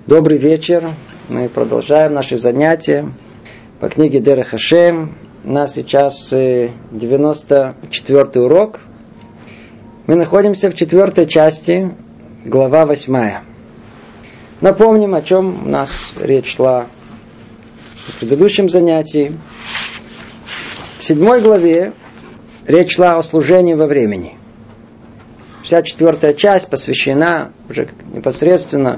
Добрый вечер. Мы продолжаем наши занятия по книге Дерех Хашем. У нас сейчас 94-й урок. Мы находимся в 4 части, глава 8. Напомним, о чем у нас речь шла в предыдущем занятии. В 7 главе речь шла о служении во времени. Вся 4 часть посвящена уже непосредственно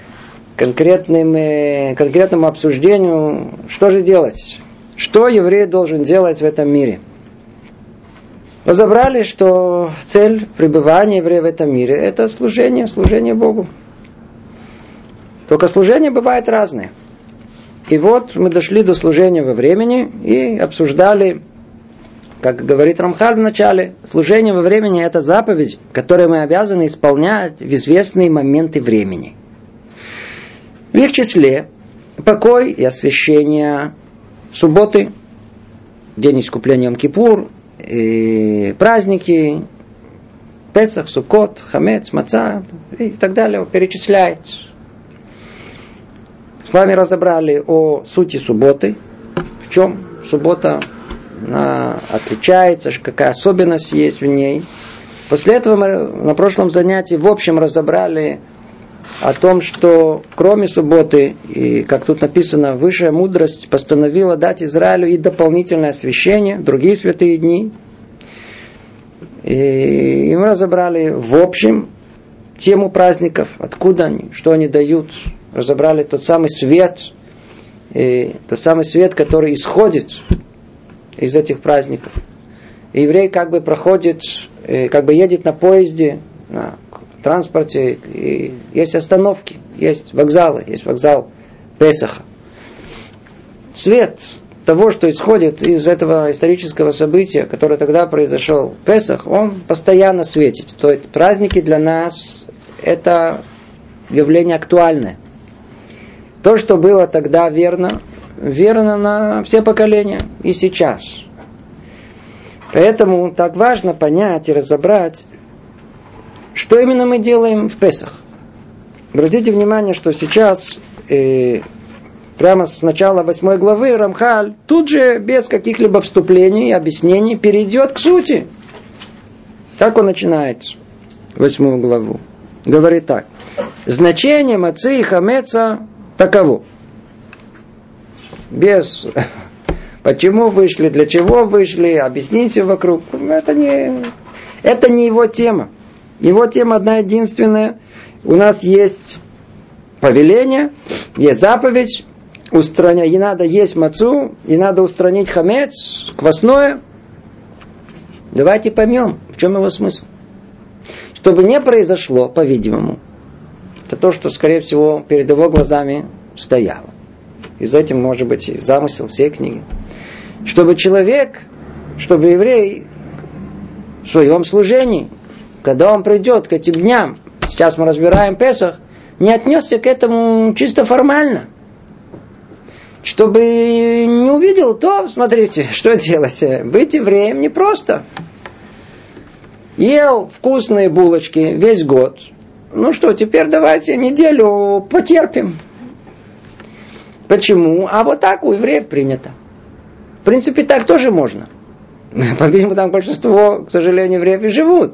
конкретному обсуждению, что же делать, что еврей должен делать в этом мире. Разобрали, что цель пребывания еврея в этом мире – это служение Богу. Только служение бывает разное. И вот мы дошли до служения во времени и обсуждали, как говорит Рамхаль в начале, служение во времени – это заповедь, которую мы обязаны исполнять в известные моменты времени. В их числе покой и освящение субботы, день искупления Йом-Кипур, праздники, Песах, Суккот, Хамец, Маца и так далее, перечисляет. С вами разобрали о сути субботы, в чем суббота отличается, какая особенность есть в ней. После этого мы на прошлом занятии в общем разобрали о том, что кроме субботы, и как тут написано, высшая мудрость постановила дать Израилю и дополнительное освящение, другие святые дни. И мы разобрали в общем тему праздников, откуда они, что они дают. Разобрали тот самый свет, который исходит из этих праздников. И еврей как бы проходит, как бы едет на поезде, на транспорте, и есть остановки, есть вокзалы, есть вокзал Песаха. Свет того, что исходит из этого исторического события, которое тогда произошел, Песах, он постоянно светит. То есть праздники для нас это явление актуальное. То, что было тогда верно на все поколения и сейчас. Поэтому так важно понять и разобрать, что именно мы делаем в Песах. Обратите внимание, что сейчас, прямо с начала 8 главы, Рамхаль тут же, без каких-либо вступлений и объяснений, перейдет к сути. Как он начинает 8 главу? Говорит так. Значение мацы и хамеца таково. Без почему вышли, для чего вышли, объясните вокруг. Это не его тема. Его тема одна единственная. У нас есть повеление, есть заповедь, и надо есть мацу, и надо устранить хамец, квасное. Давайте поймем, в чем его смысл. Чтобы не произошло, по-видимому, это то, что, скорее всего, перед его глазами стояло. И за этим, может быть, и замысел всей книги. Чтобы еврей в своем служении, когда он придет к этим дням, сейчас мы разбираем Песах, не отнесся к этому чисто формально. Чтобы не увидел, то, смотрите, что делать. Быть евреем непросто. Ел вкусные булочки весь год. Ну что, теперь давайте неделю потерпим. Почему? А вот так у евреев принято. В принципе, так тоже можно. По-видимому, там большинство, к сожалению, евреев и живут.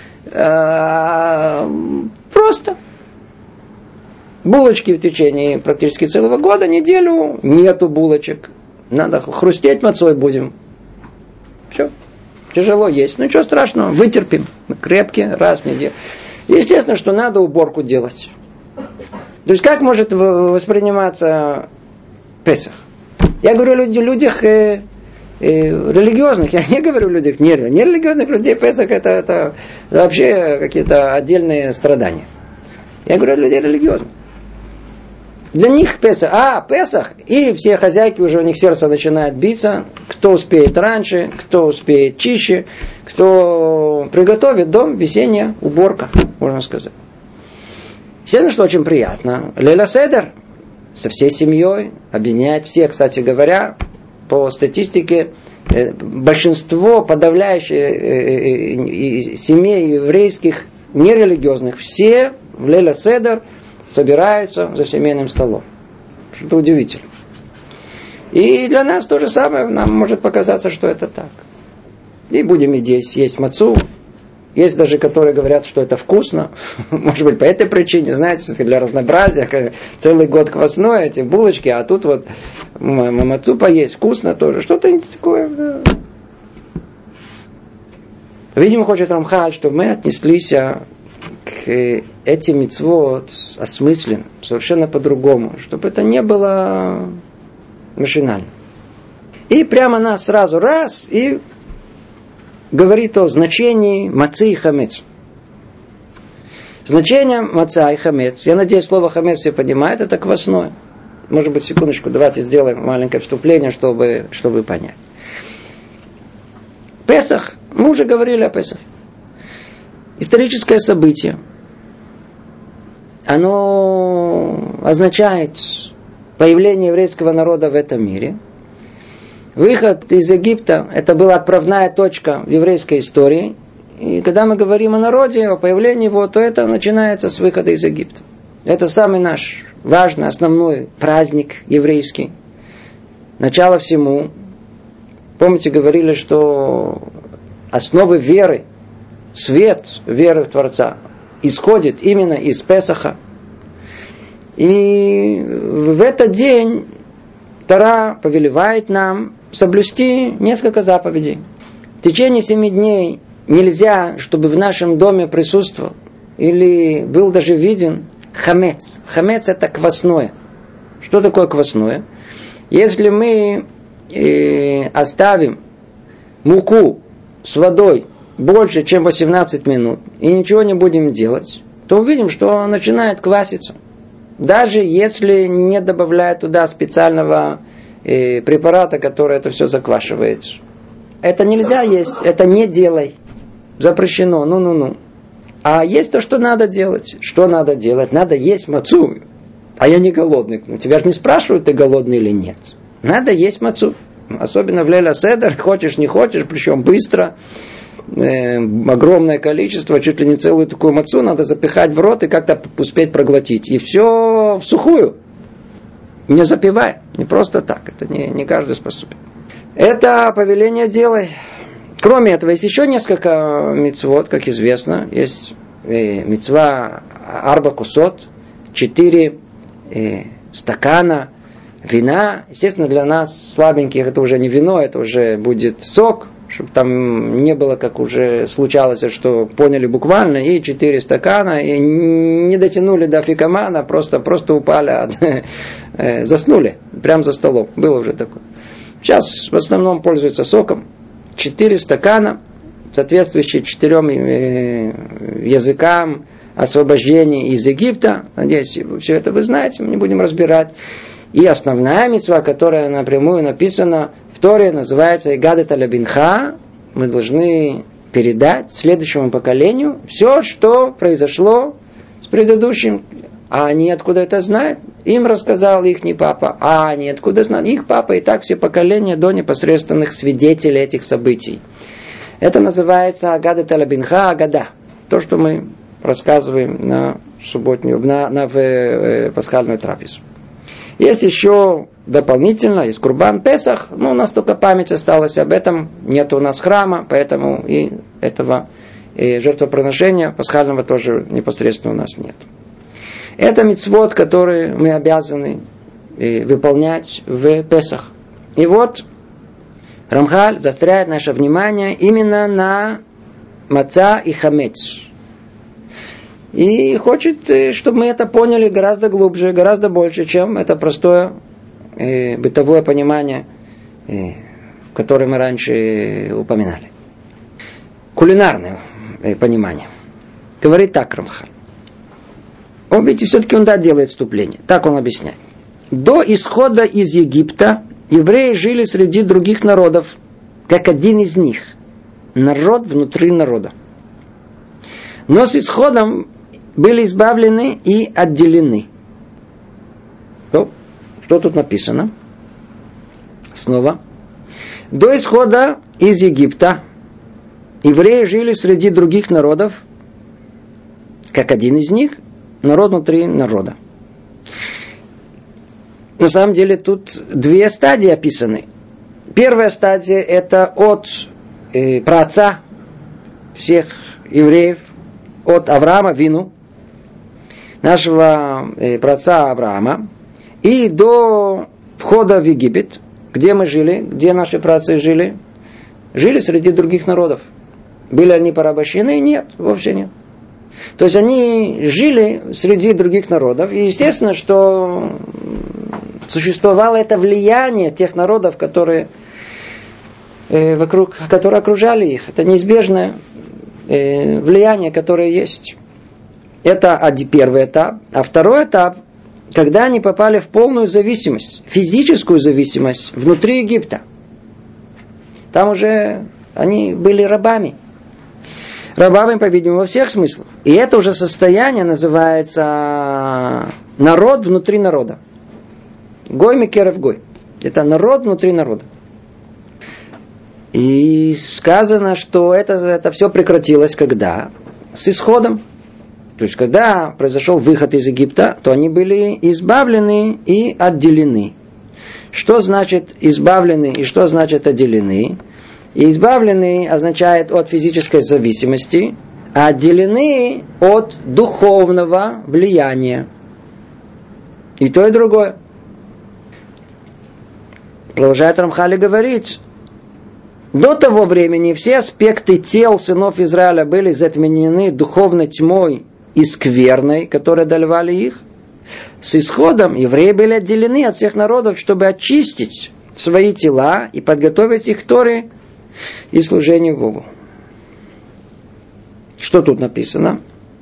Просто булочки в течение практически целого года, неделю нету булочек. Надо хрустеть мацой будем. Все. Тяжело есть. Ну ничего страшного, вытерпим. Мы крепкие, раз в неделю. Естественно, что надо уборку делать. То есть как может восприниматься Песах? Я говорю о людях религиозных, я не говорю о людях нерелигиозных людей. Песах это вообще какие-то отдельные страдания. Я говорю о людей религиозных. Для них Песах, и все хозяйки уже у них сердце начинает биться, кто успеет раньше, кто успеет чище, кто приготовит дом, весенняя уборка, можно сказать. Естественно, что очень приятно. Лейла Седер со всей семьей объединяет всех, кстати говоря, по статистике, большинство, подавляющее семей еврейских, нерелигиозных, все в Лейла Седер собираются за семейным столом. Что-то удивительно. И для нас то же самое, нам может показаться, что это так. И будем здесь есть мацу. Есть даже, которые говорят, что это вкусно. Может быть, по этой причине, знаете, для разнообразия, целый год квасное, эти булочки, а тут вот мацу поесть, вкусно тоже. Что-то такое, да. Видимо, хочет Рамхаль, чтобы мы отнеслись к этим мицвот осмысленно, совершенно по-другому, чтобы это не было машинально. И прямо нас сразу раз и говорит о значении мацы и хамец. Значение маца и хамец, я надеюсь, слово хамец все понимают, это квасное. Может быть, секундочку, давайте сделаем маленькое вступление, чтобы понять. Песах, мы уже говорили о Песахе. Историческое событие. Оно означает появление еврейского народа в этом мире. Выход из Египта, это была отправная точка в еврейской истории. И когда мы говорим о народе, о появлении его, то это начинается с выхода из Египта. Это самый наш важный, основной праздник еврейский. Начало всему. Помните, говорили, что основы веры, свет веры в Творца исходит именно из Песаха. И в этот день Тора повелевает нам соблюсти несколько заповедей. В течение 7 дней нельзя, чтобы в нашем доме присутствовал или был даже виден хамец. Хамец это квасное. Что такое квасное? Если мы оставим муку с водой больше, чем 18 минут, и ничего не будем делать, то увидим, что он начинает кваситься. Даже если не добавляют туда специального препарата, который это все заквашивает. Это нельзя есть, это не делай. Запрещено, ну. А есть то, что надо делать. Что надо делать? Надо есть мацу. А я не голодный. Ну, тебя же не спрашивают, ты голодный или нет. Надо есть мацу. Особенно в Лейла Седер, хочешь, не хочешь, причем быстро. Огромное количество, чуть ли не целую такую мацу надо запихать в рот и как-то успеть проглотить. И все в сухую. Не запивай. Не просто так. Это не каждый способен. Это повеление делай. Кроме этого, есть еще несколько мицвот, как известно. Есть мицва арба кусот, 4 стакана вина. Естественно, для нас слабеньких это уже не вино, это уже будет сок, чтобы там не было, как уже случалось, что поняли буквально, и 4 стакана, и не дотянули до фикамана, просто упали, заснули прямо за столом. Было уже такое. Сейчас в основном пользуются соком. 4 стакана, соответствующие 4 языкам освобождения из Египта. Надеюсь, все это вы знаете, мы не будем разбирать. И основная мицва, которая напрямую написана в Торе, называется «Игадет аль-бинха». Мы должны передать следующему поколению все, что произошло с предыдущим. А они откуда это знают? Им рассказал их папа. А они откуда знают? Их папа и так все поколения до непосредственных свидетелей этих событий. Это называется «Агадет аль-бинха», «Агада». То, что мы рассказываем на субботнюю, в пасхальную трапезу. Есть еще дополнительно, есть Курбан Песах, но у нас только память осталась об этом, нет у нас храма, поэтому и этого жертвоприношения пасхального тоже непосредственно у нас нет. Это мицвот, которые мы обязаны выполнять в Песах. И вот Рамхаль заостряет наше внимание именно на маца и хамец. И хочет, чтобы мы это поняли гораздо глубже, гораздо больше, чем это простое бытовое понимание, которое мы раньше упоминали. Кулинарное понимание. Говорит так Рамхаль. Он, видите, все-таки он делает вступление. Так он объясняет. До исхода из Египта евреи жили среди других народов, как один из них. Народ внутри народа. Но с исходом были избавлены и отделены. Что тут написано? Снова. До исхода из Египта евреи жили среди других народов, как один из них, народ внутри народа. На самом деле тут две стадии описаны. Первая стадия это от праотца всех евреев, от Авраама Вину, нашего праотца Авраама, и до входа в Египет, где мы жили, где наши праотцы жили. Жили среди других народов. Были они порабощены? Нет, вовсе нет. То есть они жили среди других народов. И естественно, что существовало это влияние тех народов, которые которые окружали их. Это неизбежное влияние, которое есть. Это первый этап. А второй этап, когда они попали в полную зависимость, физическую зависимость внутри Египта. Там уже они были рабами. Рабами, по-видимому, во всех смыслах. И это уже состояние называется народ внутри народа. Гой микерев гой. Это народ внутри народа. И сказано, что это все прекратилось когда? С исходом. То есть, когда произошел выход из Египта, то они были избавлены и отделены. Что значит избавлены и что значит отделены? И избавлены означает от физической зависимости, а отделены от духовного влияния. И то, и другое. Продолжает Рамхаль говорить, до того времени все аспекты тел сынов Израиля были затменены духовной тьмой и скверной, которые одолевали их. С исходом евреи были отделены от всех народов, чтобы очистить свои тела и подготовить их к Торе и служению Богу. Что тут написано?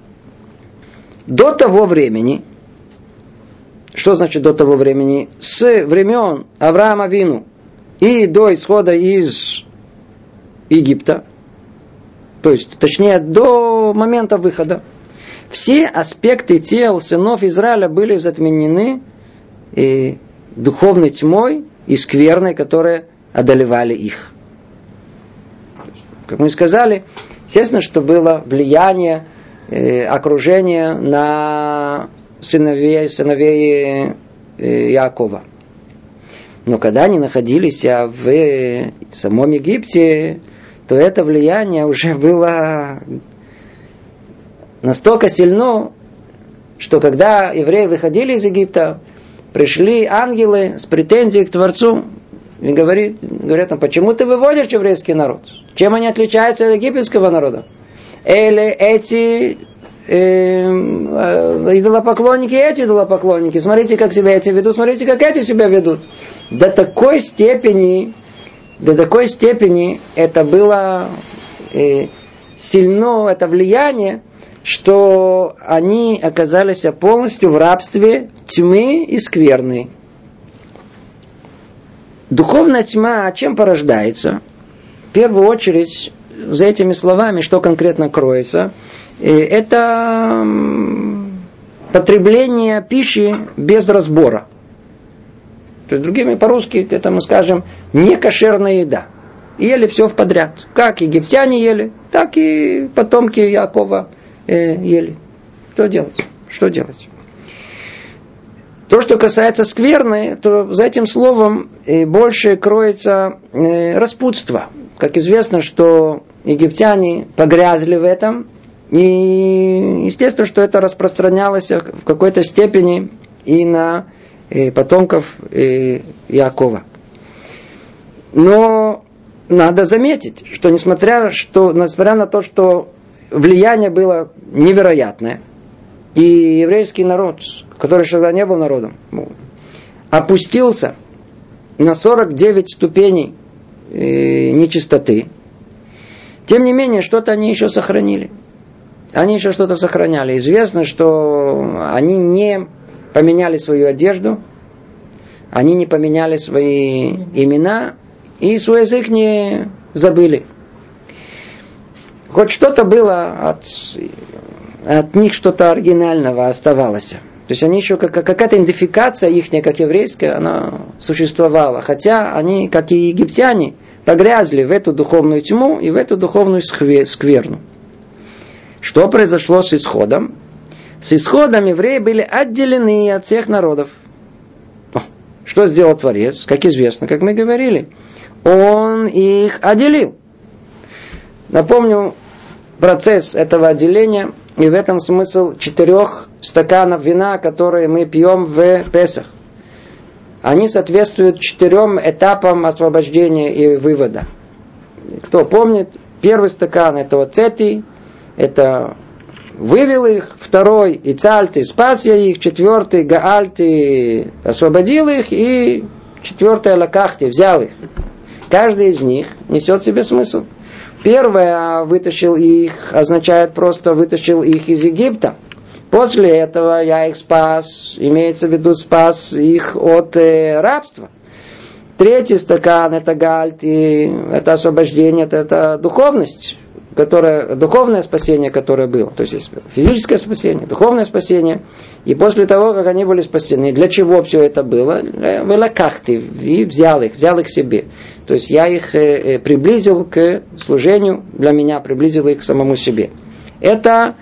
До того времени, что значит до того времени? С времен Авраама Вину и до исхода из Египта, то есть, точнее, до момента выхода, все аспекты тел сынов Израиля были затменены духовной тьмой и скверной, которые одолевали их. Как мы сказали, естественно, что было влияние окружения на сыновей Иакова. Но когда они находились в самом Египте, то это влияние уже было настолько сильно, что когда евреи выходили из Египта, пришли ангелы с претензией к Творцу и говорят нам, почему ты выводишь еврейский народ? Чем они отличаются от египетского народа? Или эти идолопоклонники, эти идолопоклонники, смотрите, как себя эти ведут, смотрите, как эти себя ведут. До такой степени это было сильно, это влияние, что они оказались полностью в рабстве тьмы и скверны. Духовная тьма чем порождается? В первую очередь, за этими словами, что конкретно кроется, это потребление пищи без разбора. То есть, другими по-русски, это мы скажем, некошерная еда. Ели все в подряд. Как египтяне ели, так и потомки Иакова ели. Что делать? То, что касается скверны, то за этим словом больше кроется распутство. Как известно, что египтяне погрязли в этом, и естественно, что это распространялось в какой-то степени и на потомков Иакова. Но надо заметить, что несмотря на то, что влияние было невероятное, и еврейский народ, который тогда не был народом, опустился на 49 ступеней нечистоты, тем не менее, что-то они еще сохранили. Они еще что-то сохраняли. Известно, что они не поменяли свою одежду, они не поменяли свои имена, и свой язык не забыли. Хоть что-то было от них, что-то оригинального оставалось. То есть они еще, какая-то идентификация их, как еврейская, она существовала. Хотя они, как и египтяне, погрязли в эту духовную тьму и в эту духовную скверну. Что произошло с исходом? С исходом евреи были отделены от всех народов. Что сделал Творец? Как известно, как мы говорили, Он их отделил. Напомню процесс этого отделения, и в этом смысл 4 стаканов вина, которые мы пьем в Песах. Они соответствуют 4 этапам освобождения и вывода. Кто помнит, первый стакан это оцети, это вывел их, 2 ицальти, спас я их, 4 гаальти, освободил их, и 4 лакахти, взял их. Каждый из них несет в себе смысл. Первое, вытащил их, означает просто вытащил их из Египта. После этого я их спас, имеется в виду спас их от рабства. 3 стакан это гальти, это освобождение, это духовность, духовное спасение, которое было. То есть физическое спасение, духовное спасение. И после того, как они были спасены, для чего все это было? Велакахти, и взял их себе. То есть я их приблизил к служению, для меня приблизил их к самому себе. Это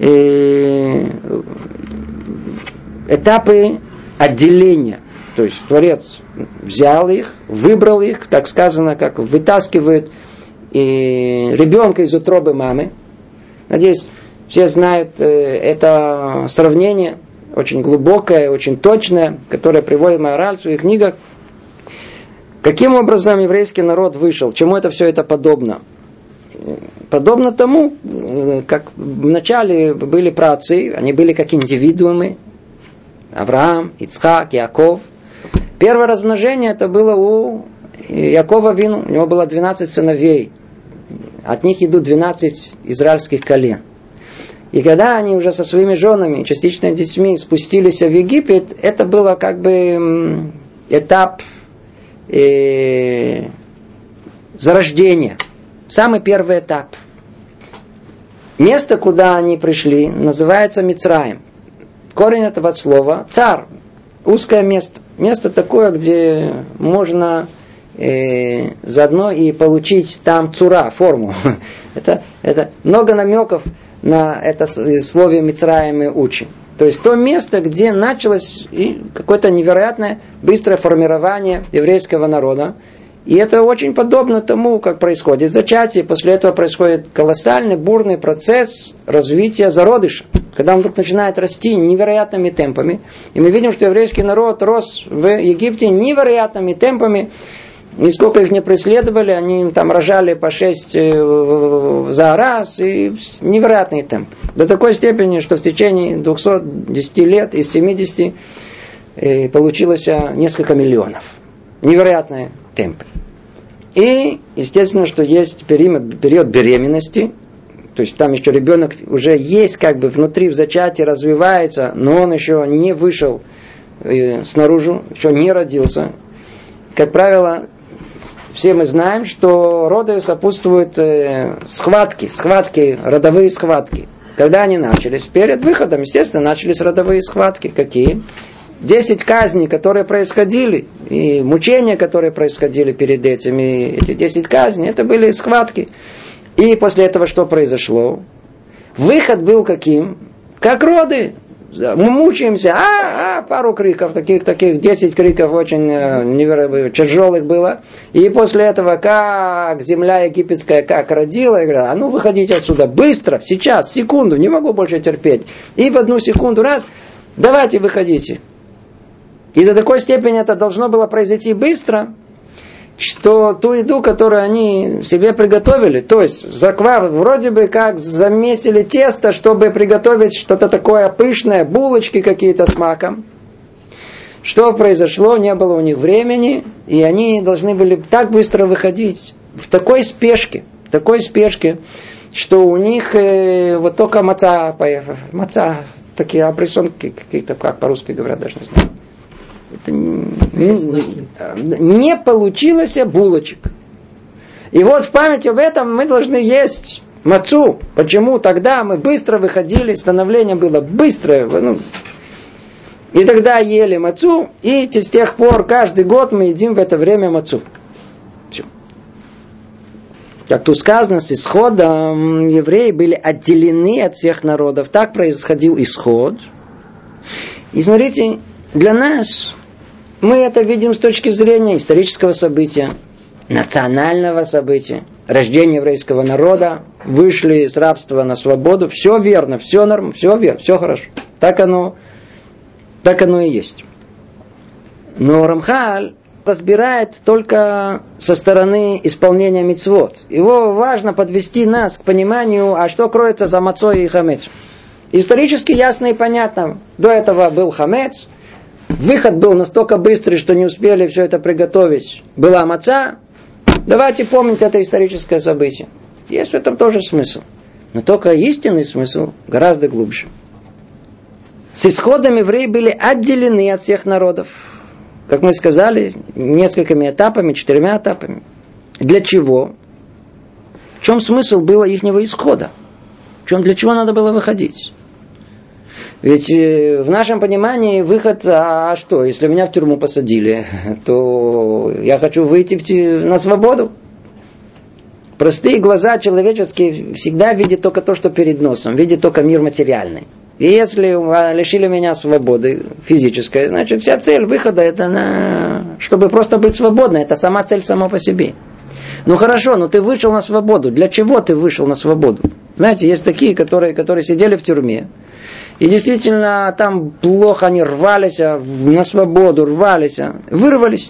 этапы отделения. То есть Творец взял их, выбрал их, так сказано, как вытаскивает ребенка из утробы мамы. Надеюсь, все знают это сравнение, очень глубокое, очень точное, которое приводит Маораль в своих книгах. Каким образом еврейский народ вышел? Чему это все это подобно? Подобно тому, как вначале были праотцы, они были как индивидуумы. Авраам, Ицхак, Яков. Первое размножение это было у Якова Вину. У него было 12 сыновей. От них идут 12 израильских колен. И когда они уже со своими женами, частично детьми, спустились в Египет, это было как бы этап зарождения. Самый первый этап. Место, куда они пришли, называется Мицраим. Корень этого слова цар. Узкое место. Место такое, где можно заодно и получить там цура, форму. Это много намеков на это слове Мицраим мы учим. То есть то место, где началось какое-то невероятное быстрое формирование еврейского народа. И это очень подобно тому, как происходит зачатие. После этого происходит колоссальный, бурный процесс развития зародыша. Когда он вдруг начинает расти невероятными темпами. И мы видим, что еврейский народ рос в Египте невероятными темпами. Нисколько их не преследовали, они там рожали по 6 за раз. И невероятный темп. До такой степени, что в течение 210 лет из 70 получилось несколько миллионов. Невероятные темпы. И, естественно, что есть период беременности. То есть там еще ребенок уже есть как бы внутри в зачатии, развивается, но он еще не вышел снаружи, еще не родился. Как правило, все мы знаем, что роды сопутствуют схватки, родовые схватки. Когда они начались? Перед выходом, естественно, начались родовые схватки. Какие? 10 казней, которые происходили, и мучения, которые происходили перед этими, эти 10 казней, это были схватки. И после этого что произошло? Выход был каким? Как роды. Мы мучаемся, пару криков, таких 10 криков очень тяжелых было. И после этого, как земля египетская, как родила, я говорю, выходите отсюда, быстро, сейчас, секунду, не могу больше терпеть. И в 1 секунду, раз, давайте выходите. И до такой степени это должно было произойти быстро, что ту еду, которую они себе приготовили, то есть вроде бы как замесили тесто, чтобы приготовить что-то такое пышное, булочки какие-то с маком. Что произошло? Не было у них времени, и они должны были так быстро выходить, в такой спешке, что у них вот только маца, такие обрисунки какие-то, как по-русски говорят, даже не знаю. Это не получилось булочек. И вот в память об этом мы должны есть мацу. Почему тогда мы быстро выходили, становление было быстрое. И тогда ели мацу, и с тех пор каждый год мы едим в это время мацу. Все. Как тут сказано, с исходом евреи были отделены от всех народов. Так происходил исход. И смотрите, для нас мы это видим с точки зрения исторического события, национального события, рождения еврейского народа, вышли с рабства на свободу. Все верно, все норм, все верно, все хорошо. Так оно и есть. Но Рамхаль разбирает только со стороны исполнения мицвот. Его важно подвести нас к пониманию, а что кроется за мацой и хамец. Исторически ясно и понятно. До этого был хамец. Выход был настолько быстрый, что не успели все это приготовить. Была маца. Давайте помнить это историческое событие. Есть в этом тоже смысл. Но только истинный смысл гораздо глубже. С исходом евреи были отделены от всех народов. Как мы сказали, несколькими этапами, 4 этапами. Для чего? В чем смысл было ихнего исхода? Для чего надо было выходить? Ведь в нашем понимании выход, а что? Если меня в тюрьму посадили, то я хочу выйти на свободу. Простые глаза человеческие всегда видят только то, что перед носом, видят только мир материальный. И если лишили меня свободы физической, значит вся цель выхода это чтобы просто быть свободной. Это сама цель сама по себе. Ну хорошо, но ты вышел на свободу. Для чего ты вышел на свободу? Знаете, есть такие, которые сидели в тюрьме. И действительно там плохо они рвались на свободу, вырвались.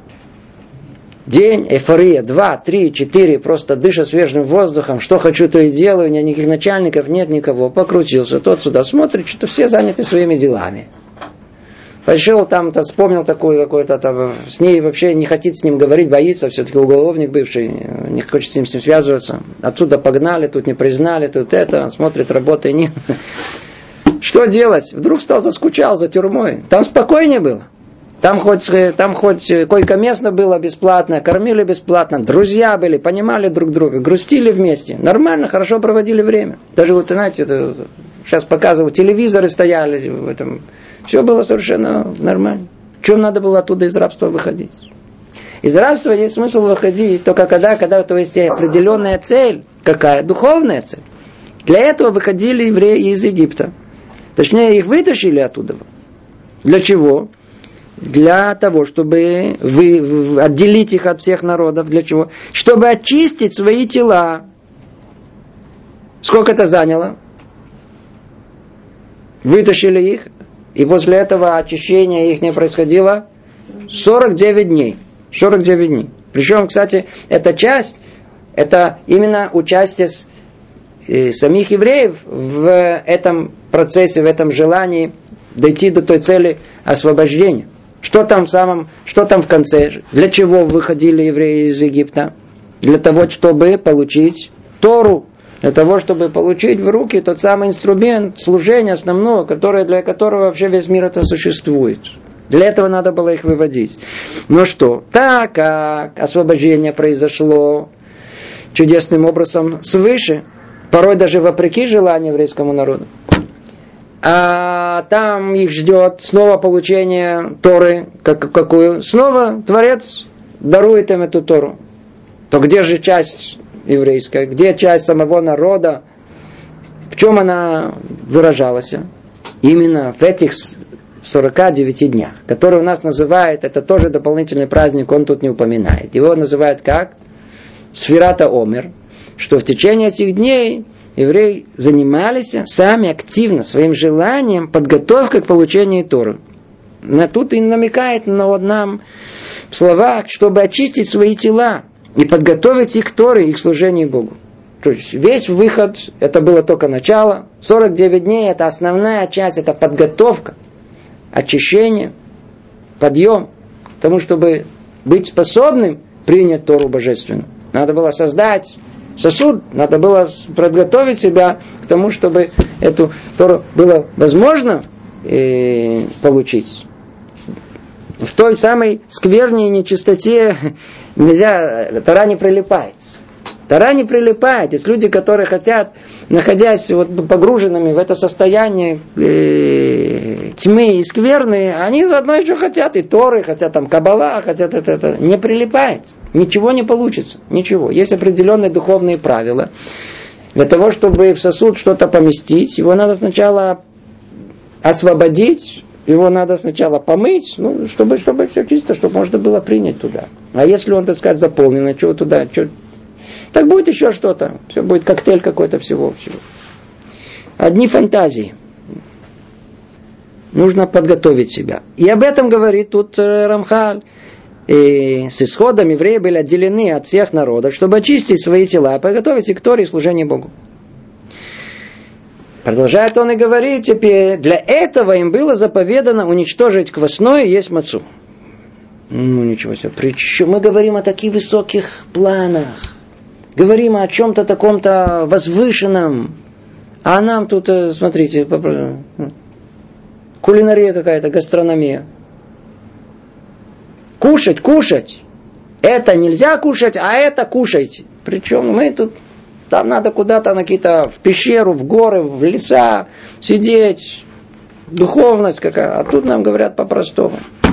День, эйфория, 2, 3, 4, просто дыша свежим воздухом, что хочу, то и делаю, у меня никаких начальников нет никого. Покрутился, тот сюда смотрит, что все заняты своими делами. Пошел там-то, вспомнил такой какой-то там, с ней вообще не хотит с ним говорить, боится, все-таки уголовник бывший, не хочет с ним связываться. Отсюда погнали, тут не признали, тут это, смотрит, работы нет. Что делать? Вдруг заскучал за тюрьмой. Там спокойнее было. Там хоть койко-место было бесплатно, кормили бесплатно, друзья были, понимали друг друга, грустили вместе. Нормально, хорошо проводили время. Даже вот, знаете, сейчас показывают, телевизоры стояли в этом. Все было совершенно нормально. Чем надо было оттуда из рабства выходить? Из рабства есть смысл выходить только когда то есть определенная цель. Какая? Духовная цель. Для этого выходили евреи из Египта. Точнее, их вытащили оттуда. Для чего? Для того, чтобы отделить их от всех народов. Для чего? Чтобы очистить свои тела. Сколько это заняло? Вытащили их. И после этого очищение их не происходило 49 дней. 49 дней. Причем, кстати, эта часть, это именно участие самих евреев в этом процессе, в этом желании дойти до той цели освобождения. Что там в конце? Для чего выходили евреи из Египта? Для того, чтобы получить Тору. Для того, чтобы получить в руки тот самый инструмент служения основного, для которого вообще весь мир это существует. Для этого надо было их выводить. Ну что, так как освобождение произошло чудесным образом свыше, порой даже вопреки желанию еврейскому народу, а там их ждет снова получение Торы, какую? Снова Творец дарует им эту Тору. То где же часть еврейская? Где часть самого народа? В чем она выражалась? Именно в этих 49 днях, которые у нас называют, это тоже дополнительный праздник, он тут не упоминает. Его называют как? Сфирата Омер, что в течение этих дней евреи занимались сами активно своим желанием подготовкой к получению Торы. Тут и намекает нам в словах, чтобы очистить свои тела и подготовить их к Торе и к служению Богу. То есть весь выход, это было только начало. 49 дней это основная часть, это подготовка, очищение, подъем к тому, чтобы быть способным принять Тору божественную. Надо было создать сосуд, надо было подготовить себя к тому, чтобы эту Тору было возможно получить. В той самой скверне и нечистоте Тора не прилипает. Тора не прилипает. Есть люди, которые хотят, находясь погруженными в это состояние тьмы и скверны, они заодно еще хотят и Торы, хотят там Каббала, хотят это. Не прилипает. Ничего не получится. Ничего. Есть определенные духовные правила. Для того, чтобы в сосуд что-то поместить, его надо сначала освободить его надо сначала помыть, чтобы все чисто, чтобы можно было принять туда. А если он, так сказать, заполнен, чего туда, так будет еще что-то. Все будет коктейль какой-то всего. Одни фантазии. Нужно подготовить себя. И об этом говорит тут Рамхаль. И с исходом евреи были отделены от всех народов, чтобы очистить свои тела и подготовить их к Торе и служению Богу. Продолжает он и говорит теперь, для этого им было заповедано уничтожить квасное и есть мацу. Ничего себе. Причем мы говорим о таких высоких планах. Говорим о чем-то таком-то возвышенном. А нам тут, смотрите, кулинария какая-то, гастрономия. Кушать. Это нельзя кушать, а это кушайте. Причем мы тут, там надо куда-то на какие-то, в пещеру, в горы, в леса сидеть. Духовность какая. А тут нам говорят по-простому.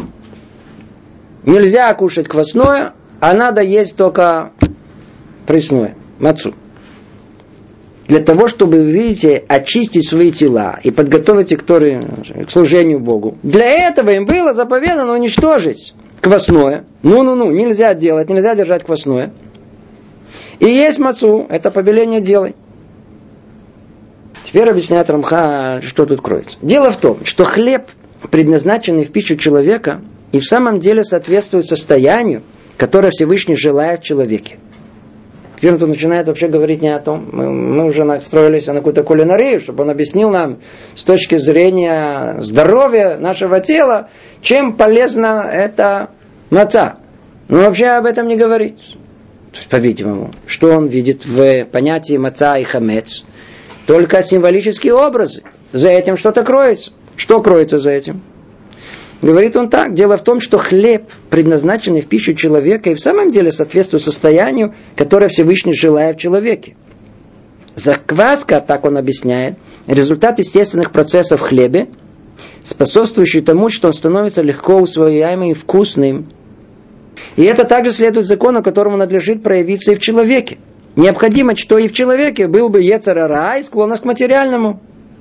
Нельзя кушать квасное, а надо есть только пресное, мацу. Для того, чтобы, видите, очистить свои тела и подготовить их к служению Богу. Для этого им было заповедано уничтожить квасное. Нельзя делать, нельзя держать квасное. И есть мацу, это повеление делай. Теперь объясняет Рамха, что тут кроется. Дело в том, что хлеб, предназначенный в пищу человека, и в самом деле соответствует состоянию, которое Всевышний желает в человеке. Теперь он тут начинает вообще говорить не о том. Мы уже настроились на какую-то кулинарию, чтобы он объяснил нам с точки зрения здоровья нашего тела, чем полезна эта маца. Но вообще об этом не говорит. То есть, по-видимому, что он видит в понятии маца и хамец? Только символические образы. За этим что-то кроется. Что кроется за этим? Говорит он так. Дело в том, что хлеб, предназначенный в пищу человека, и в самом деле соответствует состоянию, которое Всевышний желает в человеке. Закваска, так он объясняет, результат естественных процессов в хлебе, способствующий тому, что он становится легко усвояемым и вкусным. И это также следует закону, которому надлежит проявиться и в человеке. Необходимо, что и в человеке был бы йецер ара и склонность к материальному.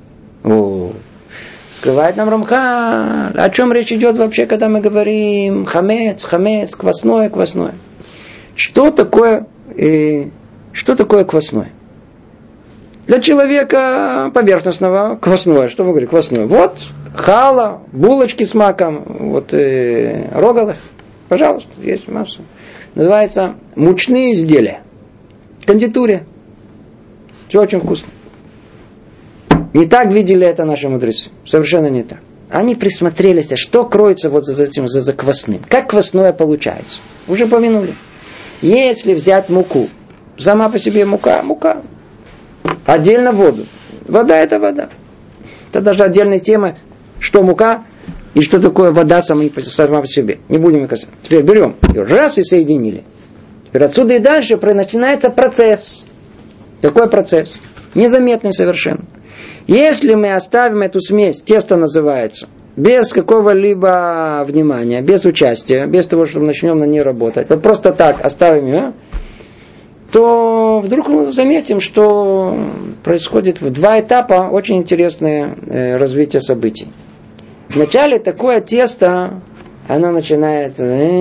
Скрывает нам Рамха. О чем речь идет вообще, когда мы говорим хамец, квасное. Что такое квасное? Для человека поверхностного квасное. Что вы говорите? Квасное. Вот хала, булочки с маком, рогалов. Пожалуйста, есть масса. Называется мучные изделия. Кондитерия. Все очень вкусно. Не так видели это наши мудрецы. Совершенно не так. Они присмотрелись, что кроется за этим, за квасным. Как квасное получается. Уже помянули. Если взять муку, сама по себе мука. Отдельно воду. Вода это вода. Это даже отдельная тема, что мука и что такое вода сама по себе. Не будем касаться. Теперь берем, раз и соединили. Теперь отсюда и дальше начинается процесс. Какой процесс? Незаметный совершенно. Если мы оставим эту смесь, тесто называется, без какого-либо внимания, без участия, без того, чтобы начнем на ней работать, вот просто так оставим ее, то вдруг мы заметим, что происходит в два этапа очень интересное развитие событий. Вначале такое тесто, оно начинает,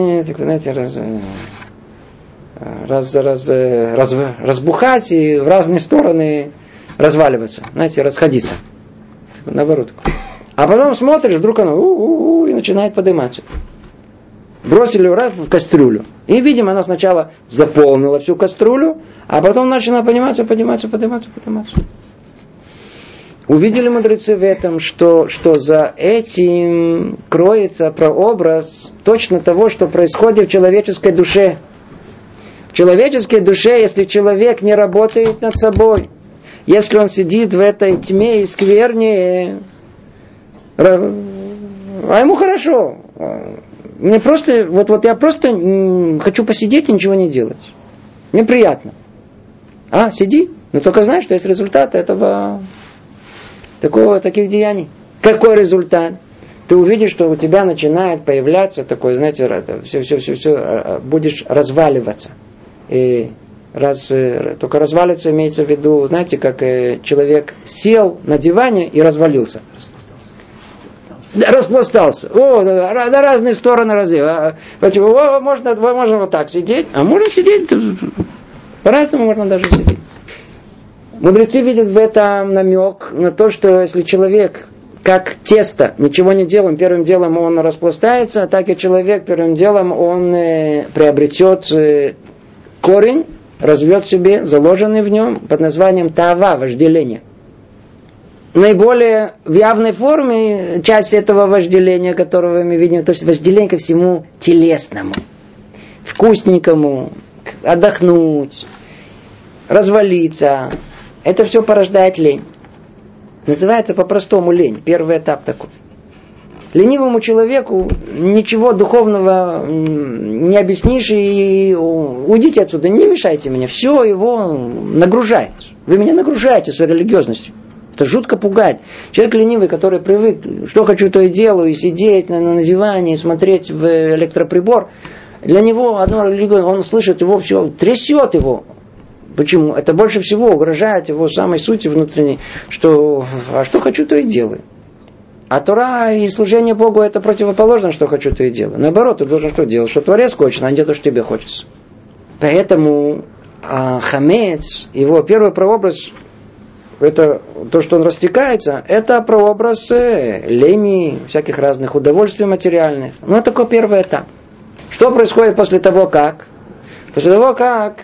разбухать и в разные стороны разваливаться, расходиться. Наоборот. А потом смотришь, вдруг оно и начинает подниматься. Бросили в кастрюлю. И, видимо, она сначала заполнила всю кастрюлю, а потом начала подниматься. Увидели мудрецы в этом, что за этим кроется прообраз точно того, что происходит в человеческой душе. В человеческой душе, если человек не работает над собой, если он сидит в этой тьме и скверне, а ему хорошо. Мне просто, я просто хочу посидеть и ничего не делать. Мне приятно. Сиди, но только знай, что есть результат таких деяний. Какой результат? Ты увидишь, что у тебя начинает появляться такое, все, будешь разваливаться. И только развалится, имеется в виду, знаете, как человек сел на диване и развалился. распластался. На разные стороны развил. Почему? Можно вот так сидеть, а можно сидеть, по-разному можно даже сидеть. Мудрецы видят в этом намек на то, что если человек как тесто, ничего не делаем, первым делом он распластается, так и человек первым делом он приобретет корень, развьет себе заложенный в нем под названием таава, вожделение. Наиболее в явной форме часть этого вожделения, которого мы видим, то есть вожделение ко всему телесному, вкусненькому, отдохнуть, развалиться. Это все порождает лень. Называется по-простому лень. Первый этап такой. Ленивому человеку ничего духовного не объяснишь и уйдите отсюда, не мешайте мне. Все его нагружает. Вы меня нагружаете своей религиозностью. Это жутко пугает. Человек ленивый, который привык, что хочу, то и делаю, и сидеть на диване, и смотреть в электроприбор. Для него одно религиозное, он слышит его, все трясет его. Почему? Это больше всего угрожает его самой сути внутренней, что что хочу, то и делаю. А Тора и служение Богу это противоположно, что хочу, то и делаю. Наоборот, ты должен что делать? Что Творец хочет, а не то, что тебе хочется. Поэтому хамец, его первый прообраз, это то, что он растекается, это прообраз лени, всяких разных удовольствий материальных. Ну, это такой первый этап. Что происходит после того, как? После того, как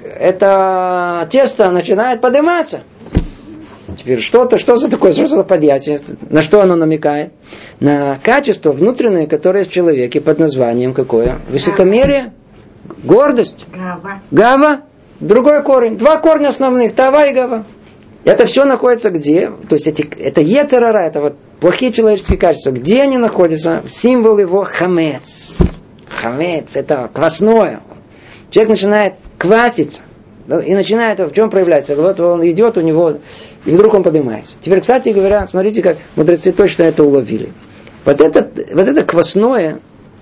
это тесто начинает подниматься. Теперь что за такое, что за подъятие? На что оно намекает? На качество внутреннее, которое есть в человеке под названием какое? Высокомерие, гордость, гава. Другой корень. Два корня основных, тава и гава. Это все находится где? То есть это йецер ара, это вот плохие человеческие качества. Где они находятся? Символ его хамец. Хамец, это квасное. Человек начинает кваситься. И начинает, в чем проявляется? Вот он идет у него, и вдруг он поднимается. Теперь, кстати говоря, смотрите, как мудрецы точно это уловили. Вот это квасное,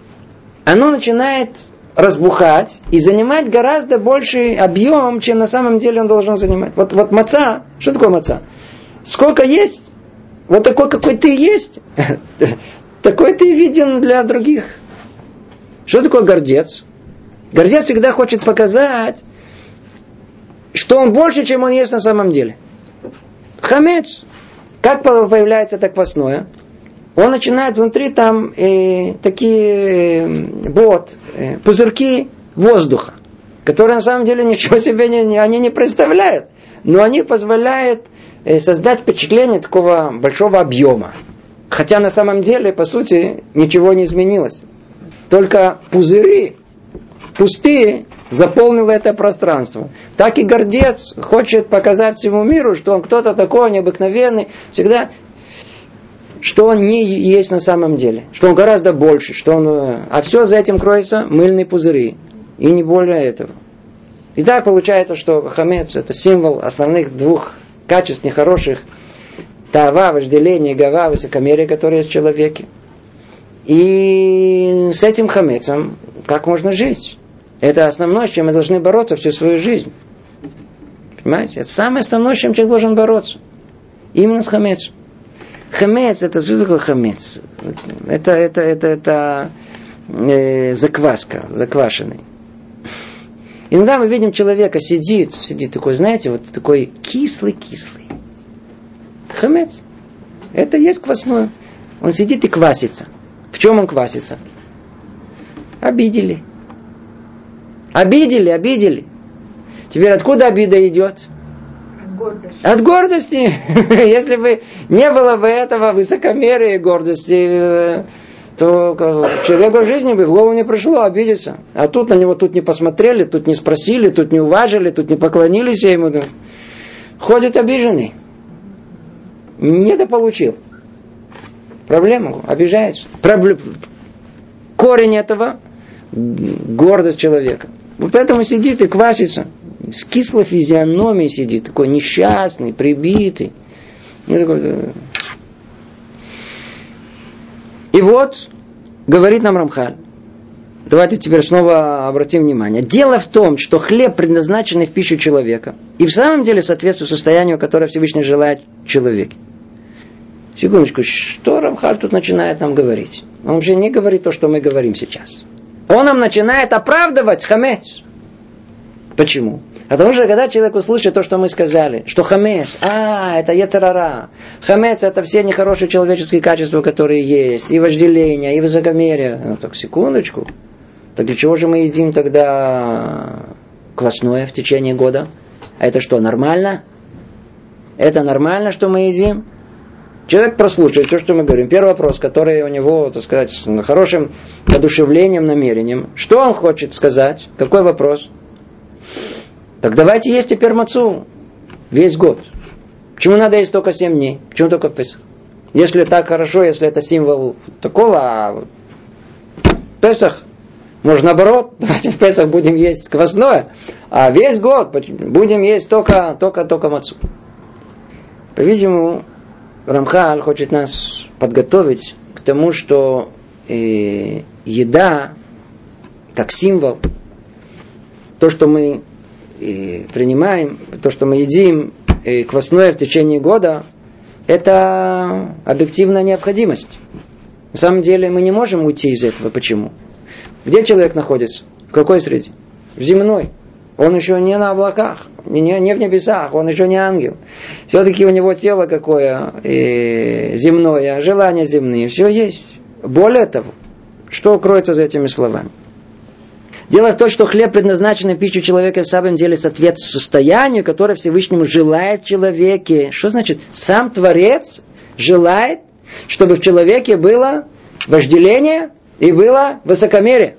оно начинает разбухать и занимать гораздо больший объем, чем на самом деле он должен занимать. Вот маца, что такое маца? Сколько есть, вот такой, какой ты есть, такой ты виден для других. Что такое гордец? Гордец всегда хочет показать, что он больше, чем он есть на самом деле. Хамец. Как появляется это квасное? Он начинает внутри там такие пузырьки воздуха, которые на самом деле ничего себе они не представляют. Но они позволяют создать впечатление такого большого объема. Хотя на самом деле, по сути, ничего не изменилось. Только пузыри пустые заполнило это пространство. Так и гордец хочет показать всему миру, что он кто-то такой необыкновенный, всегда, что он не есть на самом деле, что он гораздо больше, что он... А все за этим кроется мыльные пузыри. И не более этого. И так получается, что хамец это символ основных двух качеств нехороших. Таава, вожделение, гава, высокомерие, которое есть в человеке. И с этим хамецом как можно жить? Это основное, с чем мы должны бороться всю свою жизнь. Понимаете? Это самое основное, с чем человек должен бороться. Именно с хамецом. Хамец, это что такое хамец? Это закваска, заквашенный. Иногда мы видим человека, сидит такой, знаете, вот такой кислый. Хамец. Это есть квасное. Он сидит и квасится. В чем он квасится? Обидели. Теперь откуда обида идет? От гордости. Если бы не было бы этого высокомерия и гордости, то человеку в жизни бы в голову не пришло обидеться. А тут на него тут не посмотрели, тут не спросили, тут не уважили, тут не поклонились ему. Ходит обиженный. Недополучил. Проблема, обижается. Корень этого — гордость человека. Вот поэтому сидит и квасится. С кислой физиономией сидит. Такой несчастный, прибитый. И вот, говорит нам Рамхаль. Давайте теперь снова обратим внимание. Дело в том, что хлеб, предназначенный в пищу человека, и в самом деле соответствует состоянию, которое Всевышний желает в человеке. Секундочку, что Рамхаль тут начинает нам говорить? Он вообще не говорит то, что мы говорим сейчас. Он нам начинает оправдывать хамец. Почему? Потому что когда человек услышит то, что мы сказали, что хамец, это йецер ара. Хамец это все нехорошие человеческие качества, которые есть, и вожделение, и высокомерие. Ну так, секундочку. Так для чего же мы едим тогда квасное в течение года? А это что, нормально? Это нормально, что мы едим? Человек прослушает то, что мы говорим. Первый вопрос, который у него, так сказать, с хорошим воодушевлением, намерением. Что он хочет сказать? Какой вопрос? Так давайте есть теперь мацу весь год. Почему надо есть только 7 дней? Почему только в Песах? Если так хорошо, если это символ такого, а в Песах, может наоборот, давайте в Песах будем есть квасное, а весь год будем есть только мацу. По-видимому, Рамхаль хочет нас подготовить к тому, что еда, как символ, то, что мы принимаем, то, что мы едим, квасное в течение года, это объективная необходимость. На самом деле мы не можем уйти из этого. Почему? Где человек находится? В какой среде? В земной. Он еще не на облаках, не в небесах, он еще не ангел. Все-таки у него тело какое земное, желания земные, все есть. Более того, что кроется за этими словами? Дело в том, что хлеб, предназначенный в пищу человека, в самом деле соответствует состоянию, которое Всевышнему желает в человеке. Что значит? Сам Творец желает, чтобы в человеке было вожделение и было высокомерие.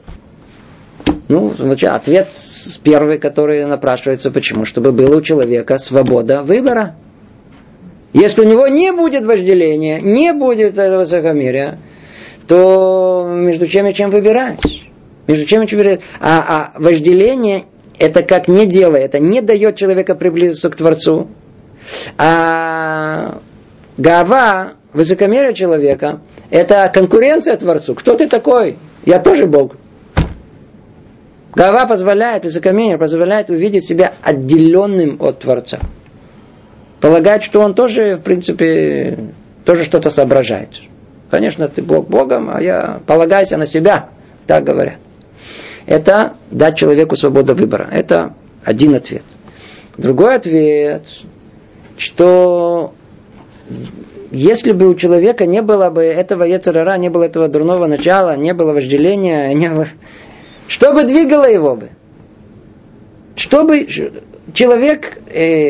Ответ первый, который напрашивается, почему? Чтобы было у человека свобода выбора. Если у него не будет вожделения, не будет высокомерия, то между чем и чем выбирать? А вожделение это как не дело, это не дает человеку приблизиться к Творцу. А гава, высокомерие человека, это конкуренция Творцу. Кто ты такой? Я тоже Бог. Гава позволяет, высокомерие позволяет увидеть себя отделенным от Творца. Полагать, что он тоже, в принципе, тоже что-то соображает. Конечно, ты Бог Богом, а я полагайся на себя, так говорят. Это дать человеку свободу выбора. Это один ответ. Другой ответ, что если бы у человека не было бы этого йецер ара, не было этого дурного начала, не было вожделения, не было... Что бы двигало его бы? Чтобы человек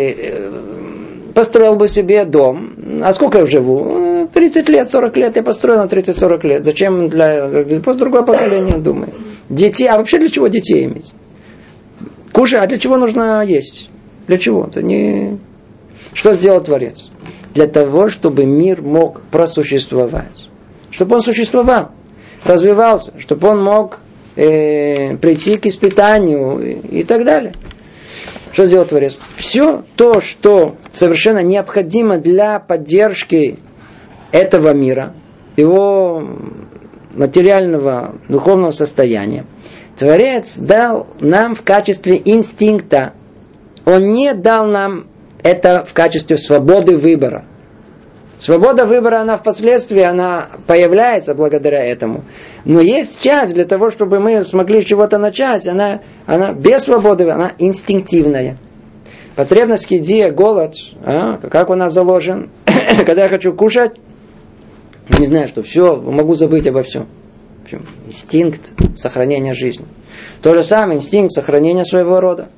построил бы себе дом. А сколько я живу? 30 лет, 40 лет. Я построил на 30-40 лет. Зачем просто другое поколение, думаю. Детей. А вообще для чего детей иметь? Кушай. А для чего нужно есть? Для чего? Это не... Что сделал Творец? Для того, чтобы мир мог просуществовать. Чтобы он существовал. Развивался. Чтобы он мог прийти к испытанию и так далее. Что сделал Творец? Все то, что совершенно необходимо для поддержки этого мира, его материального, духовного состояния, Творец дал нам в качестве инстинкта. Он не дал нам это в качестве свободы выбора. Свобода выбора, она впоследствии, она появляется благодаря этому. Но есть часть для того, чтобы мы смогли с чего-то начать, она без свободы, она инстинктивная. Потребность к еде, голод, как у нас заложен. Когда я хочу кушать, не знаю, что все, могу забыть обо всем. Инстинкт сохранения жизни. То же самое, инстинкт сохранения своего рода.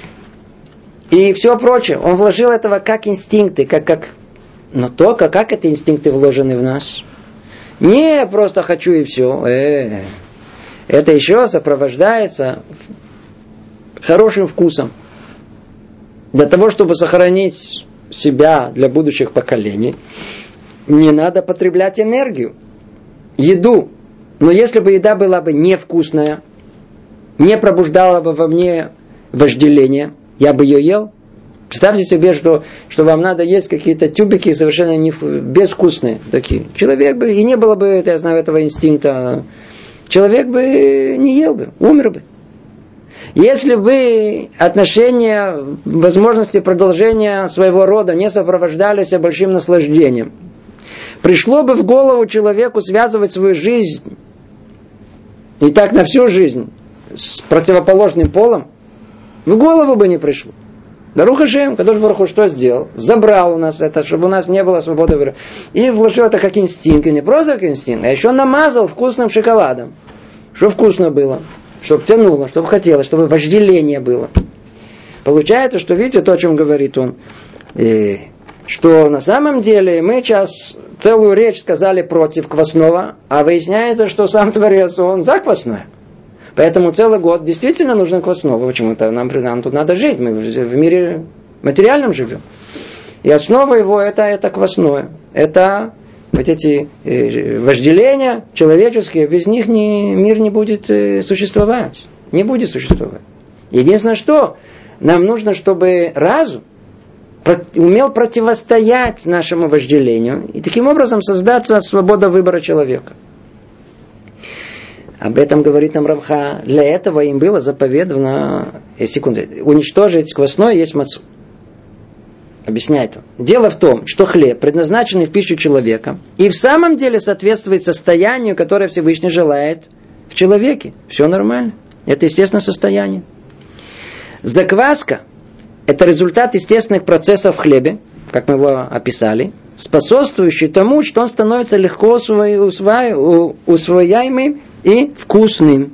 И все прочее. Он вложил этого как инстинкты, но только как эти инстинкты вложены в нас? Не просто хочу и все. Это еще сопровождается хорошим вкусом. Для того, чтобы сохранить себя для будущих поколений, не надо потреблять энергию, еду. Но если бы еда была бы невкусная, не пробуждала бы во мне вожделение, я бы ее ел. Представьте себе, что вам надо есть какие-то тюбики совершенно безвкусные такие. Человек бы, и не было бы, я знаю, этого инстинкта, человек бы не ел бы, умер бы. Если бы отношения, возможности продолжения своего рода не сопровождались большим наслаждением, Пришло бы в голову человеку связывать свою жизнь, и так на всю жизнь, с противоположным полом, в голову бы не пришло. Барух Ашем, Кадош Барух Ху что сделал? Забрал у нас это, чтобы у нас не было свободы выбора. И вложил это как инстинкт, и не просто как инстинкт, а еще намазал вкусным шоколадом. Чтобы вкусно было, чтобы тянуло, чтобы хотелось, чтобы вожделение было. Получается, что, видите, то, о чем говорит он, что на самом деле мы сейчас целую речь сказали против квасного, а выясняется, что сам Творец, он за квасное. Поэтому целый год действительно нужно квасного. Почему-то нам тут надо жить. Мы в мире материальном живем. И основа его это квасное. Это вот эти вожделения человеческие. Без них мир не будет существовать. Не будет существовать. Единственное, что нам нужно, чтобы разум умел противостоять нашему вожделению. И таким образом создаться свобода выбора человека. Об этом говорит нам Рамха. Для этого им было заповедано, уничтожить квасное, есть мацу. Объясняет он. Дело в том, что хлеб, предназначенный в пищу человека, и в самом деле соответствует состоянию, которое Всевышний желает в человеке. Все нормально. Это естественное состояние. Закваска – это результат естественных процессов в хлебе, как мы его описали, способствующий тому, что он становится легко усвояемым и вкусным.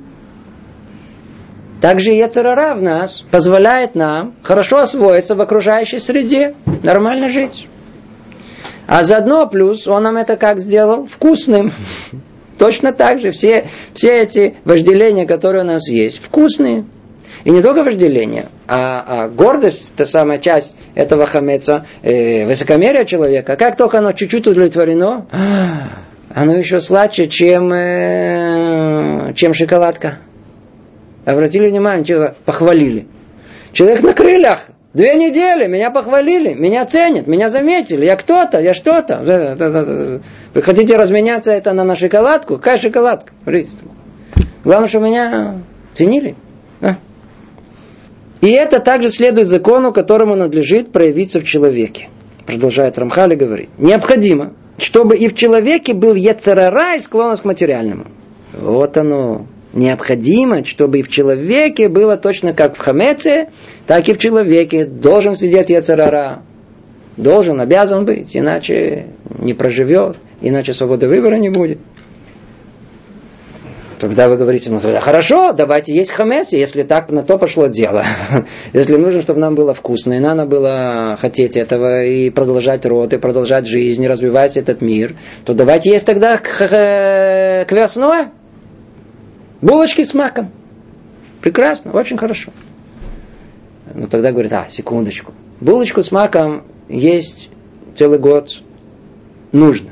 Также йецер ара в нас позволяет нам хорошо освоиться в окружающей среде, нормально жить. А заодно плюс он нам это как сделал? Вкусным. Точно так же все эти вожделения, которые у нас есть, вкусные. И не только вожделение, а гордость, та самая часть этого хамеца, высокомерие человека. Как только оно чуть-чуть удовлетворено, оно еще сладче, чем шоколадка. Обратили внимание, чего похвалили. Человек на крыльях. 2 недели меня похвалили, меня ценят, меня заметили. Я кто-то, я что-то. Вы хотите разменяться это на шоколадку? Какая шоколадка? Главное, что меня ценили. И это также следует закону, которому надлежит проявиться в человеке. Продолжает Рамхаль и говорит. Необходимо, чтобы и в человеке был йецер ара и склонность к материальному. Вот оно. Необходимо, чтобы и в человеке было точно как в хамеце, так и в человеке. Должен сидеть йецер ара. Должен, обязан быть. Иначе не проживет. Иначе свободы выбора не будет. Тогда вы говорите, ну тогда хорошо, давайте есть хамец, если так на то пошло дело. Если нужно, чтобы нам было вкусно, и надо было хотеть этого, и продолжать род, и продолжать жизнь, и развивать этот мир, то давайте есть тогда квасное. Булочки с маком. Прекрасно, очень хорошо. Но тогда говорит, секундочку. Булочку с маком есть целый год нужно.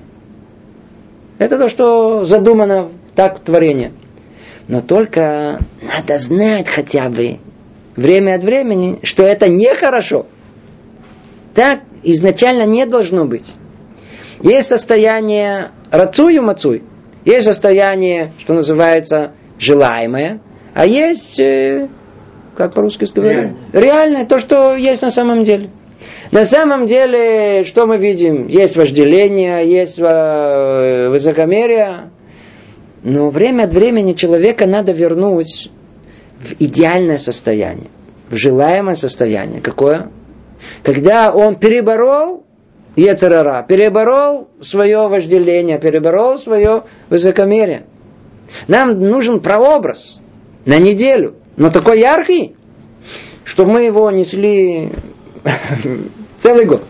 Это то, что задумано так творение. Но только надо знать хотя бы время от времени, что это нехорошо. Так изначально не должно быть. Есть состояние рацуй и мацуй. Есть состояние, что называется, желаемое. А есть, как по-русски сказать, реальное, то, что есть на самом деле. На самом деле, что мы видим? Есть вожделение, есть высокомерие. Но время от времени человека надо вернуть в идеальное состояние, в желаемое состояние. Какое? Когда он переборол йецер ара, переборол свое вожделение, переборол свое высокомерие. Нам нужен прообраз на неделю, но такой яркий, что мы его несли целый год.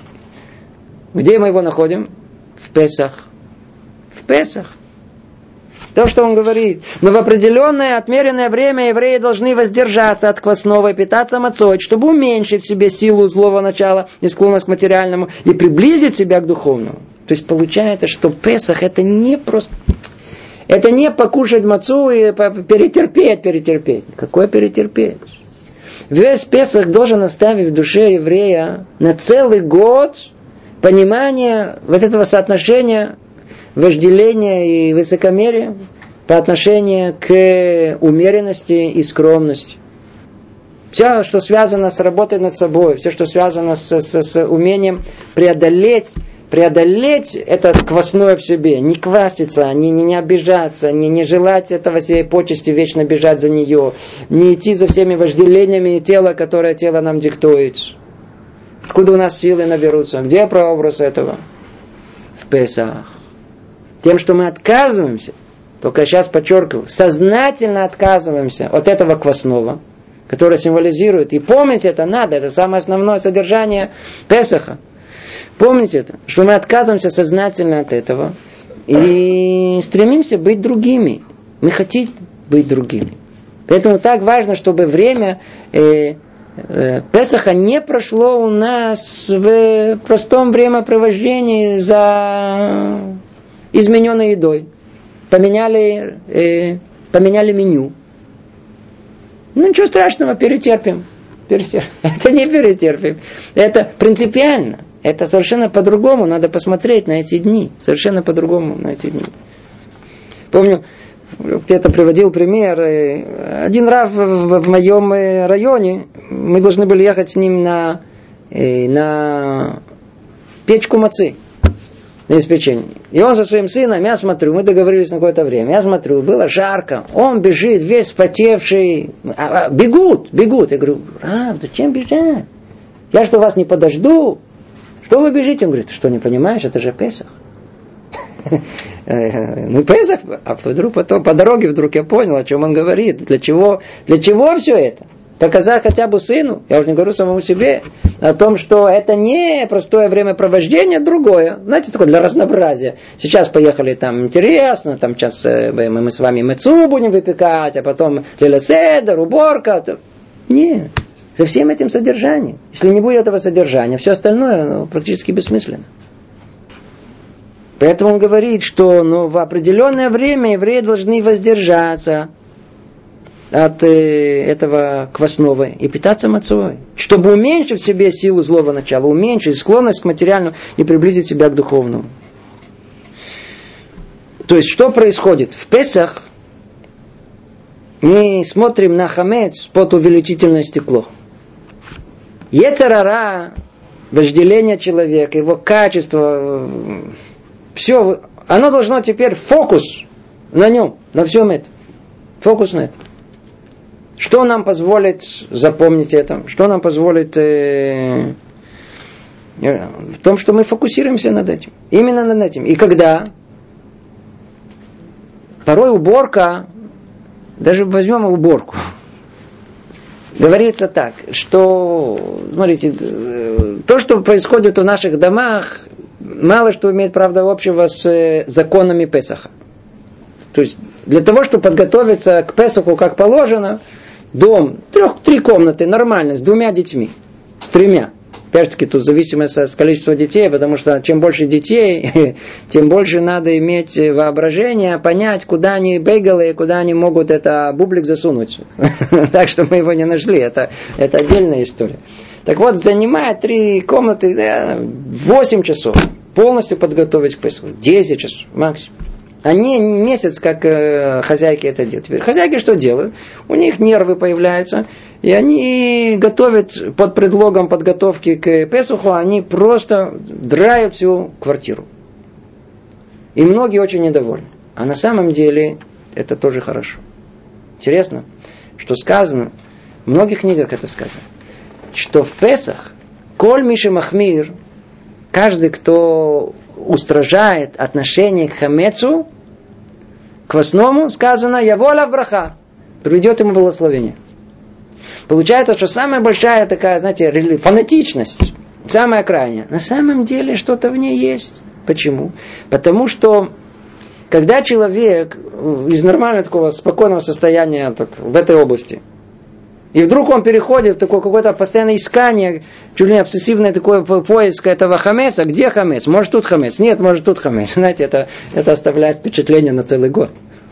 Где мы его находим? В Песах. В Песах. То, что он говорит. Но в определенное отмеренное время евреи должны воздержаться от квасного и питаться мацой, чтобы уменьшить в себе силу злого начала и склонность к материальному и приблизить себя к духовному. То есть получается, что Песах это не просто... Это не покушать мацу и перетерпеть. Какое перетерпеть? Весь Песах должен оставить в душе еврея на целый год понимание вот этого соотношения вожделения и высокомерия по отношению к умеренности и скромности. Все, что связано с работой над собой, все, что связано с умением преодолеть преодолеть это квасное в себе, не кваситься, не обижаться, не желать этого своей почести, вечно бежать за нее, не идти за всеми вожделениями тела, которое тело нам диктует. Откуда у нас силы наберутся? Где прообраз этого? В Песах. Тем, что мы отказываемся, только сейчас подчеркиваю, сознательно отказываемся от этого квасного, которое символизирует, и помнить это надо, это самое основное содержание Песаха. Помните это, что мы отказываемся сознательно от этого и стремимся быть другими. Мы хотим быть другими. Поэтому так важно, чтобы время Песаха не прошло у нас в простом времяпровождении за измененной едой. Поменяли меню. Ну ничего страшного, перетерпим. Это не перетерпим. Это принципиально. Это совершенно по-другому. Надо посмотреть на эти дни. Совершенно по-другому на эти дни. Помню, где-то приводил пример. Один рав в моем районе, мы должны были ехать с ним на печку мацы, на испечение. И он со своим сыном, я смотрю, мы договорились на какое-то время, я смотрю, было жарко, он бежит, весь вспотевший, бегут. Я говорю, рав, зачем бежать? Я что, вас не подожду? Что вы бежите? Он говорит, что, не понимаешь, это же Песах. Ну, Песах, а вдруг потом по дороге вдруг я понял, о чем он говорит. Для чего все это? Показать хотя бы сыну, я уже не говорю самому себе, о том, что это не простое времяпровождение, другое. Знаете, такое для разнообразия. Сейчас поехали там интересно, там сейчас мы с вами мецу будем выпекать, а потом лилеседер, уборка. Нет, за всем этим содержанием. Если не будет этого содержания, все остальное практически бессмысленно. Поэтому он говорит, что в определенное время евреи должны воздержаться от этого квасного и питаться мацой, чтобы уменьшить в себе силу злого начала, уменьшить склонность к материальному и приблизить себя к духовному. То есть, что происходит? В Песах мы смотрим на хамец под увеличительное стекло. Йецер ара, вожделение человека, его качество, все, оно должно теперь фокус на нем, на всем этом. Фокус на этом. Что нам позволит запомнить это? Что нам позволит в том, что мы фокусируемся над этим. Именно над этим. И когда порой уборка, даже возьмем уборку, говорится так, что, смотрите, то, что происходит в наших домах, мало что имеет, правда, общего с законами Песаха. То есть, для того, чтобы подготовиться к Песаху как положено, дом, 3 комнаты, нормально, с 2 детьми, с 3. Опять-таки, тут зависимость от количества детей, потому что чем больше детей, тем больше надо иметь воображение, понять, куда они бегали, куда они могут это бублик засунуть. Так что мы его не нашли, это отдельная история. Так вот, занимает 3 комнаты 8 часов, полностью подготовить к Песаху, 10 часов максимум. Они месяц, как хозяйки это делают. Теперь хозяйки что делают? У них нервы появляются, и они готовят под предлогом подготовки к Песаху, они просто драют всю квартиру. И многие очень недовольны. А на самом деле это тоже хорошо. Интересно, что сказано, в многих книгах это сказано, что в Песах коль миши махмир, каждый, кто устражает отношение к хамецу, к квасному, сказано, явола браха, придет ему благословение. Получается, что самая большая такая, знаете, фанатичность, самая крайняя, на самом деле что-то в ней есть. Почему? Потому что, когда человек из нормального такого спокойного состояния так, в этой области, и вдруг он переходит в такое какое-то постоянное искание, чуть ли не обсессивный такой поиск этого хамеца. Где хамец? Может тут хамец? Нет, может тут хамец. Знаете, это оставляет впечатление на целый год.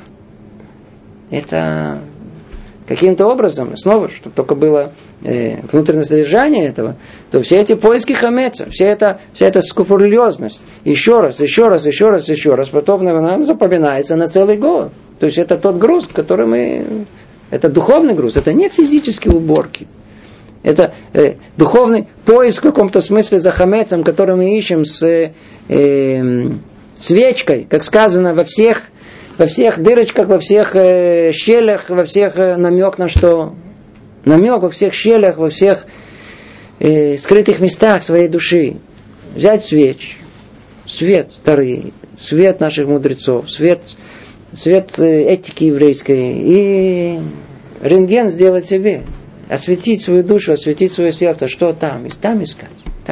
Это каким-то образом, снова, чтобы только было внутреннее содержание этого, то все эти поиски хамеца, вся эта скрупулезность, еще раз, потом нам запоминается на целый год. То есть это тот груз, который это духовный груз, это не физические уборки. Это духовный поиск в каком-то смысле за хамецом, который мы ищем с свечкой, как сказано, во всех дырочках, во всех щелях, во всех намек на что? Намек во всех щелях, во всех скрытых местах своей души. Взять свет старый, свет наших мудрецов, свет этики еврейской и рентген сделать себе. Осветить свою душу, осветить свое сердце. Что там? Там искать.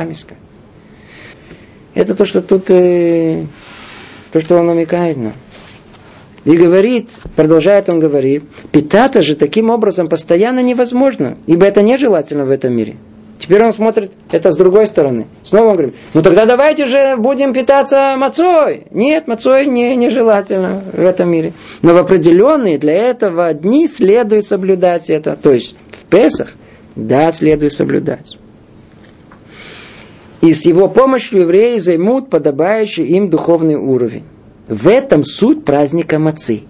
Это то, что тут, то, что он намекает нам. И говорит, продолжает он говорить, питаться же таким образом постоянно невозможно, ибо это нежелательно в этом мире. Теперь он смотрит это с другой стороны. Снова он говорит, тогда давайте же будем питаться мацой. Нет, мацой нежелательно в этом мире. Но в определенные для этого дни следует соблюдать это. То есть в Песах, да, следует соблюдать. И с его помощью евреи займут подобающий им духовный уровень. В этом суть праздника Мацы.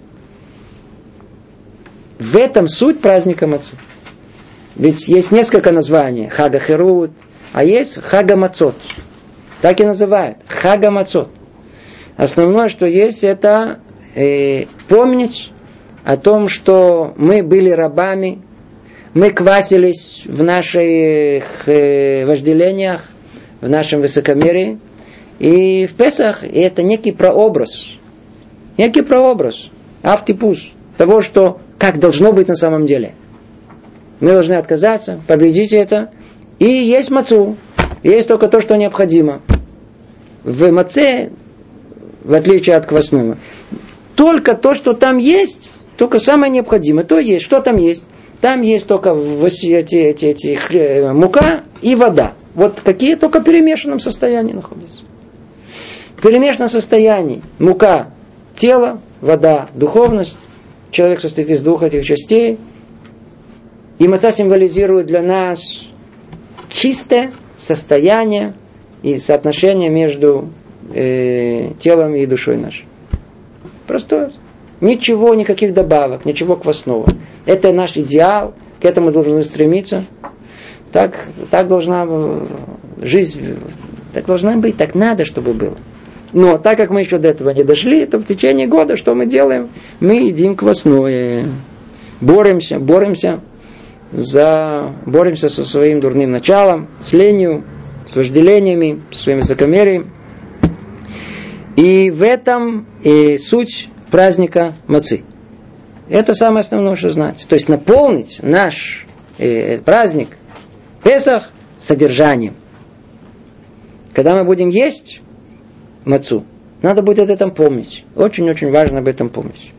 В этом суть праздника Мацы. Ведь есть несколько названий. Хага Херут, а есть Хага Мацот. Так и называют. Хага Мацот. Основное, что есть, это помнить о том, что мы были рабами, мы квасились в наших вожделениях, в нашем высокомерии. И в Песах это некий прообраз. Автипус того, что как должно быть на самом деле. Мы должны отказаться, победить это. И есть мацу. Есть только то, что необходимо. В маце, в отличие от квасного, только то, что там есть, только самое необходимое. То есть, что там есть? Там есть только мука и вода. Вот какие только в перемешанном состоянии находятся. В перемешанном состоянии мука – тело, вода – духовность. Человек состоит из двух этих частей. И маца символизирует для нас чистое состояние и соотношение между телом и душой нашей. Просто ничего, никаких добавок, ничего квасного. Это наш идеал, к этому должны стремиться. Так должна жизнь, так должна быть, так надо, чтобы было. Но так как мы еще до этого не дошли, то в течение года что мы делаем? Мы едим квасное. Боремся со своим дурным началом, с ленью, с вожделениями, с своим высокомерием. И в этом суть праздника Мацы. Это самое основное, что знать. То есть наполнить наш праздник Песах содержанием. Когда мы будем есть мацу, надо будет об этом помнить. Очень-очень важно об этом помнить.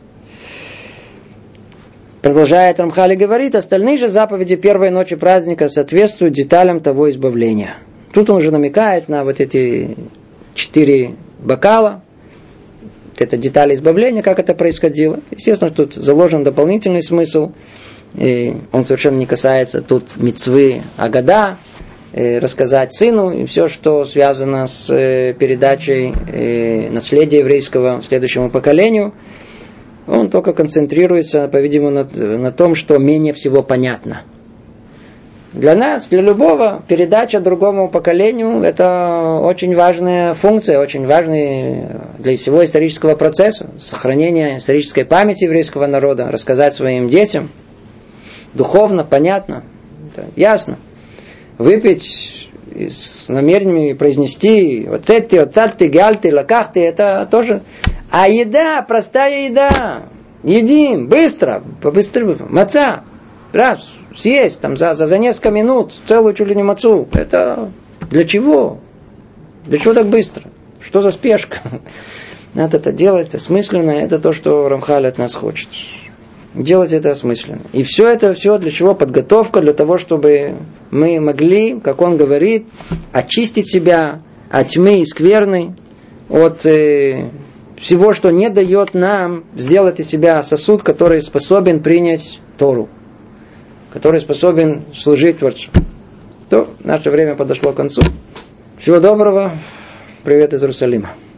Продолжает Рамхаль и говорит, остальные же заповеди первой ночи праздника соответствуют деталям того избавления. Тут он уже намекает на вот эти 4 бокала. Это детали избавления, как это происходило. Естественно, тут заложен дополнительный смысл. И он совершенно не касается тут мицвы Агада, рассказать сыну и все, что связано с передачей наследия еврейского следующему поколению. Он только концентрируется, по-видимому, на том, что менее всего понятно. Для нас, для любого, передача другому поколению – это очень важная функция, очень важный для всего исторического процесса, сохранения исторической памяти еврейского народа, рассказать своим детям. Духовно, понятно, это ясно. Выпить с намерением произнести «Оцетти, оцальти, гальти, лакахти» – это тоже. А еда, простая еда. Едим, быстро, побыстрее. Маца, раз, съесть, там, за несколько минут, целую чуть ли не мацу. Это для чего? Для чего так быстро? Что за спешка? Надо это делать осмысленно, это то, что Рамхаль от нас хочет. Делать это осмысленно. И все это для чего? Подготовка для того, чтобы мы могли, как он говорит, очистить себя от тьмы и скверны, от всего, что не дает нам сделать из себя сосуд, который способен принять Тору, который способен служить Творцу. То наше время подошло к концу. Всего доброго. Привет из Иерусалима.